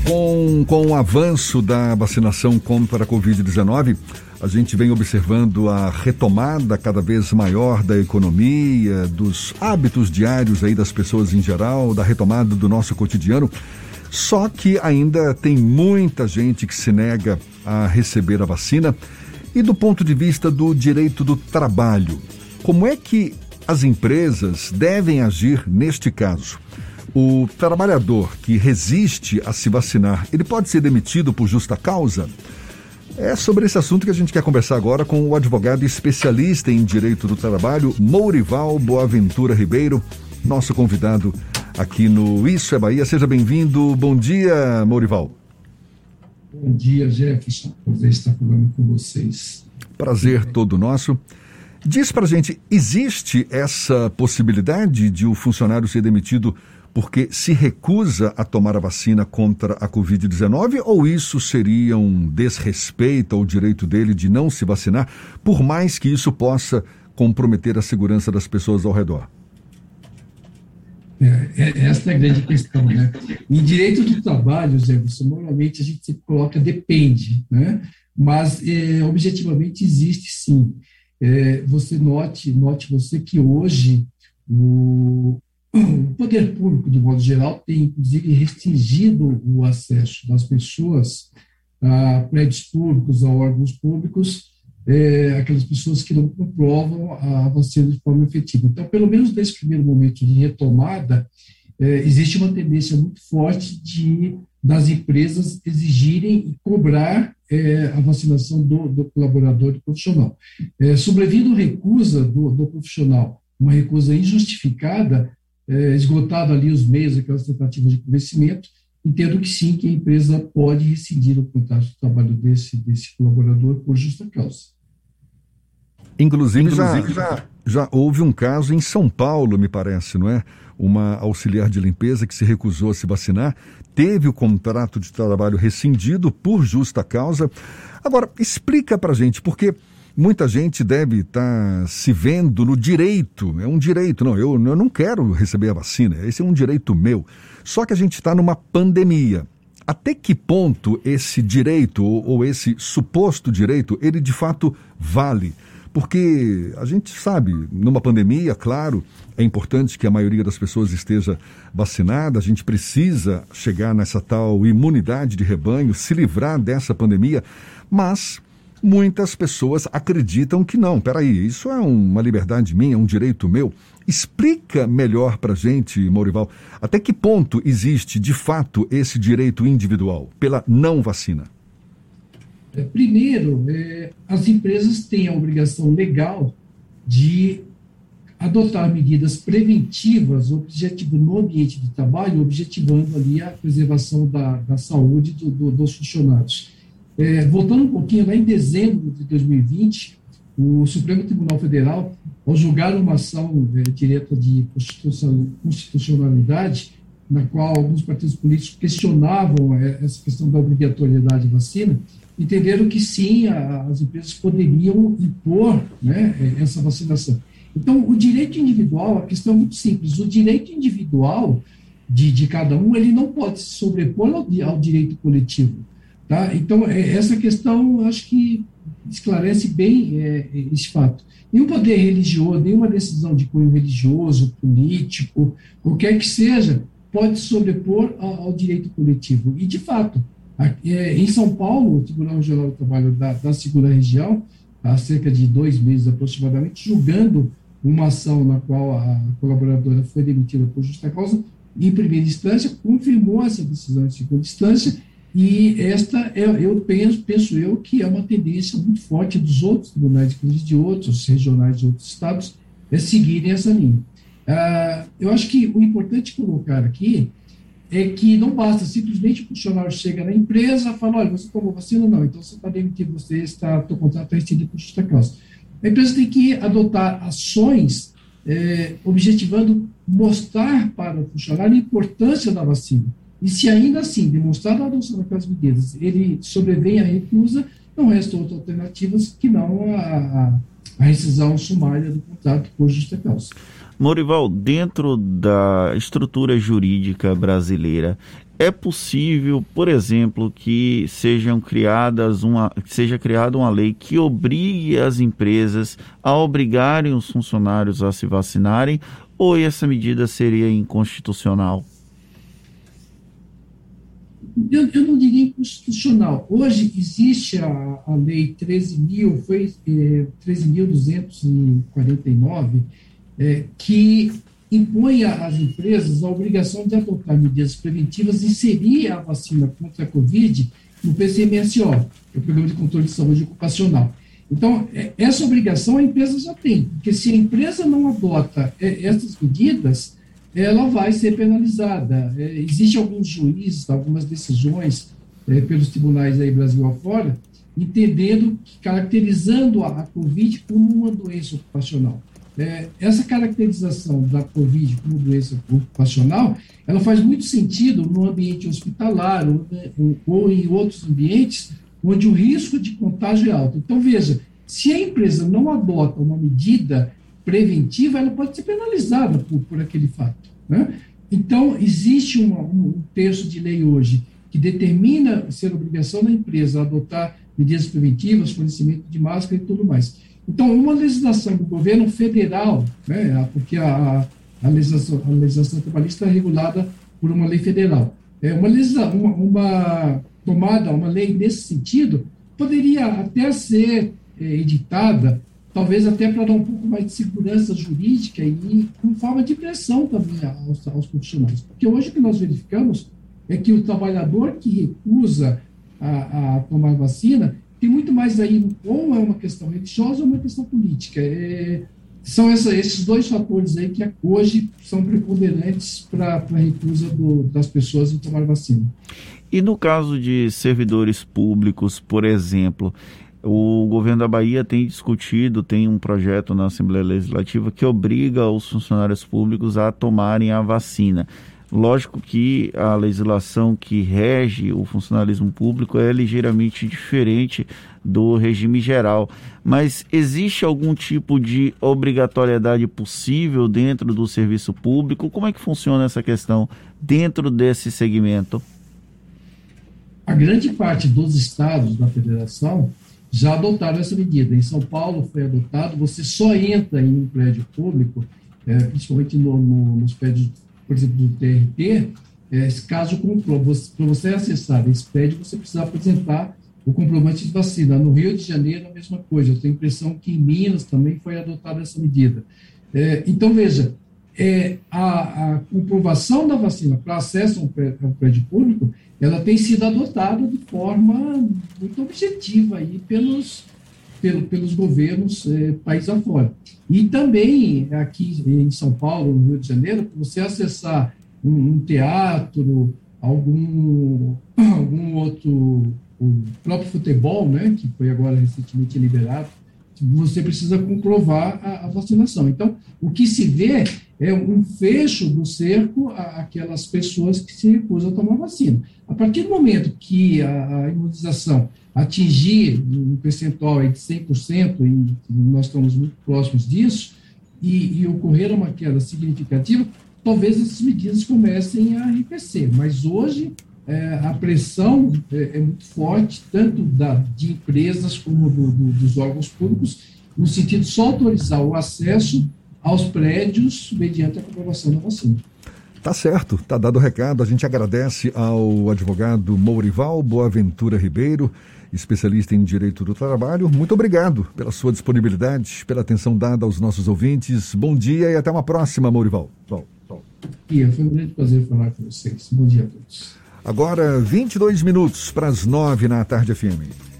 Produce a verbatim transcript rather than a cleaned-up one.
Com, com o avanço da vacinação contra a covid dezenove, a gente vem observando a retomada cada vez maior da economia, dos hábitos diários aí das pessoas em geral, da retomada do nosso cotidiano. Só que ainda tem muita gente que se nega a receber a vacina. E do ponto de vista do direito do trabalho, como é que as empresas devem agir neste caso? O trabalhador que resiste a se vacinar, ele pode ser demitido por justa causa? É sobre esse assunto que a gente quer conversar agora com o advogado especialista em direito do trabalho, Mourival Boaventura Ribeiro, nosso convidado aqui no Isso é Bahia. Seja bem-vindo. Bom dia, Mourival. Bom dia, Jefferson. Prazer estar falando com vocês. Prazer todo nosso. Diz pra gente, existe essa possibilidade de o funcionário ser demitido porque se recusa a tomar a vacina contra a covid dezenove, ou isso seria um desrespeito ao direito dele de não se vacinar, por mais que isso possa comprometer a segurança das pessoas ao redor? É, é, essa é a grande questão, né? Em direito do trabalho, Zé, você, normalmente a gente sempre coloca depende, né? Mas é, objetivamente existe sim. É, você note, note você que hoje o O poder público, de modo geral, tem, inclusive, restringido o acesso das pessoas a prédios públicos, a órgãos públicos, é, aquelas pessoas que não comprovam a vacina de forma efetiva. Então, pelo menos nesse primeiro momento de retomada, é, existe uma tendência muito forte de, das empresas exigirem e cobrar é, a vacinação do, do colaborador e do profissional. É, sobrevindo recusa do, do profissional, uma recusa injustificada, É, esgotado ali os meios, aquelas tentativas de convencimento, entendo que sim, que a empresa pode rescindir o contrato de trabalho desse, desse colaborador por justa causa. Inclusive, Inclusive já, já, já houve um caso em São Paulo, me parece, não é? Uma auxiliar de limpeza que se recusou a se vacinar, teve o contrato de trabalho rescindido por justa causa. Agora, explica pra gente, porque muita gente deve estar se vendo no direito, é um direito, não, eu, eu não quero receber a vacina, esse é um direito meu. Só que a gente está numa pandemia. Até que ponto esse direito, ou, ou esse suposto direito, ele de fato vale? Porque a gente sabe, numa pandemia, claro, é importante que a maioria das pessoas esteja vacinada, a gente precisa chegar nessa tal imunidade de rebanho, se livrar dessa pandemia, mas muitas pessoas acreditam que não, peraí, isso é uma liberdade minha, é um direito meu. Explica melhor para a gente, Mourival, até que ponto existe, de fato, esse direito individual pela não vacina? É, primeiro, é, as empresas têm a obrigação legal de adotar medidas preventivas objetivando no ambiente de trabalho, objetivando ali a preservação da, da saúde do, do, dos funcionários. É, voltando um pouquinho, lá em dezembro de dois mil e vinte, o Supremo Tribunal Federal, ao julgar uma ação é, direta de constitucionalidade, na qual alguns partidos políticos questionavam é, essa questão da obrigatoriedade de vacina, entenderam que sim, a, as empresas poderiam impor, né, essa vacinação. Então, o direito individual, a questão é muito simples, o direito individual de, de cada um, ele não pode se sobrepor ao, ao direito coletivo. Tá? Então, essa questão, acho que esclarece bem é, esse fato. Nenhum poder religioso, nenhuma decisão de cunho religioso, político, qualquer que seja, pode se sobrepor ao, ao direito coletivo. E, de fato, é, em São Paulo, o Tribunal Regional do Trabalho da, da segunda Região, há cerca de dois meses aproximadamente, julgando uma ação na qual a colaboradora foi demitida por justa causa, em primeira instância, confirmou essa decisão em segunda instância. E esta, é, eu penso, penso eu, que é uma tendência muito forte dos outros tribunais, inclusive de outros regionais de outros estados, é seguirem essa linha. Ah, eu acho que o importante colocar aqui é que não basta simplesmente o funcionário chega na empresa e fala, olha, você tomou vacina? Não, então você está demitido, você está, seu contrato está rescindido por justa causa. A empresa tem que adotar ações é, objetivando mostrar para o funcionário a importância da vacina. E se ainda assim, demonstrada a adoção daquelas medidas, ele sobrevém à recusa, não resta outras alternativas que não a, a, a rescisão sumária do contrato por justa causa. Mourival, dentro da estrutura jurídica brasileira, é possível, por exemplo, que sejam criadas uma, que seja criada uma lei que obrigue as empresas a obrigarem os funcionários a se vacinarem, ou essa medida seria inconstitucional? Eu, eu não diria inconstitucional. Hoje existe a, a lei treze mil, foi é, treze mil duzentos e quarenta e nove, é, que impõe às empresas a obrigação de adotar medidas preventivas e inserir a vacina contra a Covid no P C M S O, que é o Programa de Controle de Saúde Ocupacional. Então, essa obrigação a empresa já tem, porque se a empresa não adota essas medidas, ela vai ser penalizada. É, Existem alguns juízes, algumas decisões é, pelos tribunais aí Brasil afora, entendendo, caracterizando a, a Covid como uma doença ocupacional. É, essa caracterização da Covid como doença ocupacional, ela faz muito sentido no ambiente hospitalar ou, ou, ou em outros ambientes onde o risco de contágio é alto. Então, veja, se a empresa não adota uma medida preventiva, ela pode ser penalizada por, por aquele fato, né? Então, existe uma, um, um texto de lei hoje que determina ser obrigação da empresa adotar medidas preventivas, fornecimento de máscara e tudo mais. Então, uma legislação do governo federal, né, porque a, a, legislação, a legislação trabalhista é regulada por uma lei federal, é uma, uma, uma tomada, uma lei nesse sentido, poderia até ser é, editada, talvez até para dar um pouco mais de segurança jurídica e com forma de pressão também aos, aos profissionais. Porque hoje o que nós verificamos é que o trabalhador que recusa a, a tomar vacina tem muito mais aí, ou é uma questão religiosa ou uma questão política. É, são essa, esses dois fatores aí que hoje são preponderantes para a recusa do, das pessoas em tomar vacina. E no caso de servidores públicos, por exemplo, o governo da Bahia tem discutido, tem um projeto na Assembleia Legislativa que obriga os funcionários públicos a tomarem a vacina. Lógico que a legislação que rege o funcionalismo público é ligeiramente diferente do regime geral, mas existe algum tipo de obrigatoriedade possível dentro do serviço público? Como é que funciona essa questão dentro desse segmento? A grande parte dos estados da federação já adotaram essa medida. Em São Paulo foi adotado, você só entra em um prédio público, é, principalmente no, no, nos prédios, por exemplo, do T R T, é, caso comprove, para você acessar esse prédio, você precisa apresentar o comprovante de vacina. No Rio de Janeiro, a mesma coisa. Eu tenho a impressão que em Minas também foi adotada essa medida. É, então, veja, é, a, a comprovação da vacina para acesso a um prédio, a um prédio público, ela tem sido adotada de forma muito objetiva aí pelos, pelo, pelos governos é, país afora. E também aqui em São Paulo, no Rio de Janeiro, para você acessar um, um teatro, algum, algum outro, o próprio futebol, né, que foi agora recentemente liberado, você precisa comprovar a, a vacinação. Então, o que se vê é um fecho do cerco àquelas pessoas que se recusam a tomar vacina. A partir do momento que a, a imunização atingir um percentual aí de cem por cento, e nós estamos muito próximos disso, e, e ocorrer uma queda significativa, talvez essas medidas comecem a arrefecer. Mas hoje é, a pressão é, é muito forte, tanto da, de empresas como do, do, dos órgãos públicos, no sentido de só autorizar o acesso aos prédios mediante a comprovação da vacina. Tá certo, tá dado o recado. A gente agradece ao advogado Mourival Boaventura Ribeiro, especialista em Direito do Trabalho. Muito obrigado pela sua disponibilidade, pela atenção dada aos nossos ouvintes. Bom dia e até uma próxima, Mourival. Bom, bom. Foi um grande prazer falar com vocês. Bom dia a todos. Agora, vinte e dois minutos para as nove na tarde F M.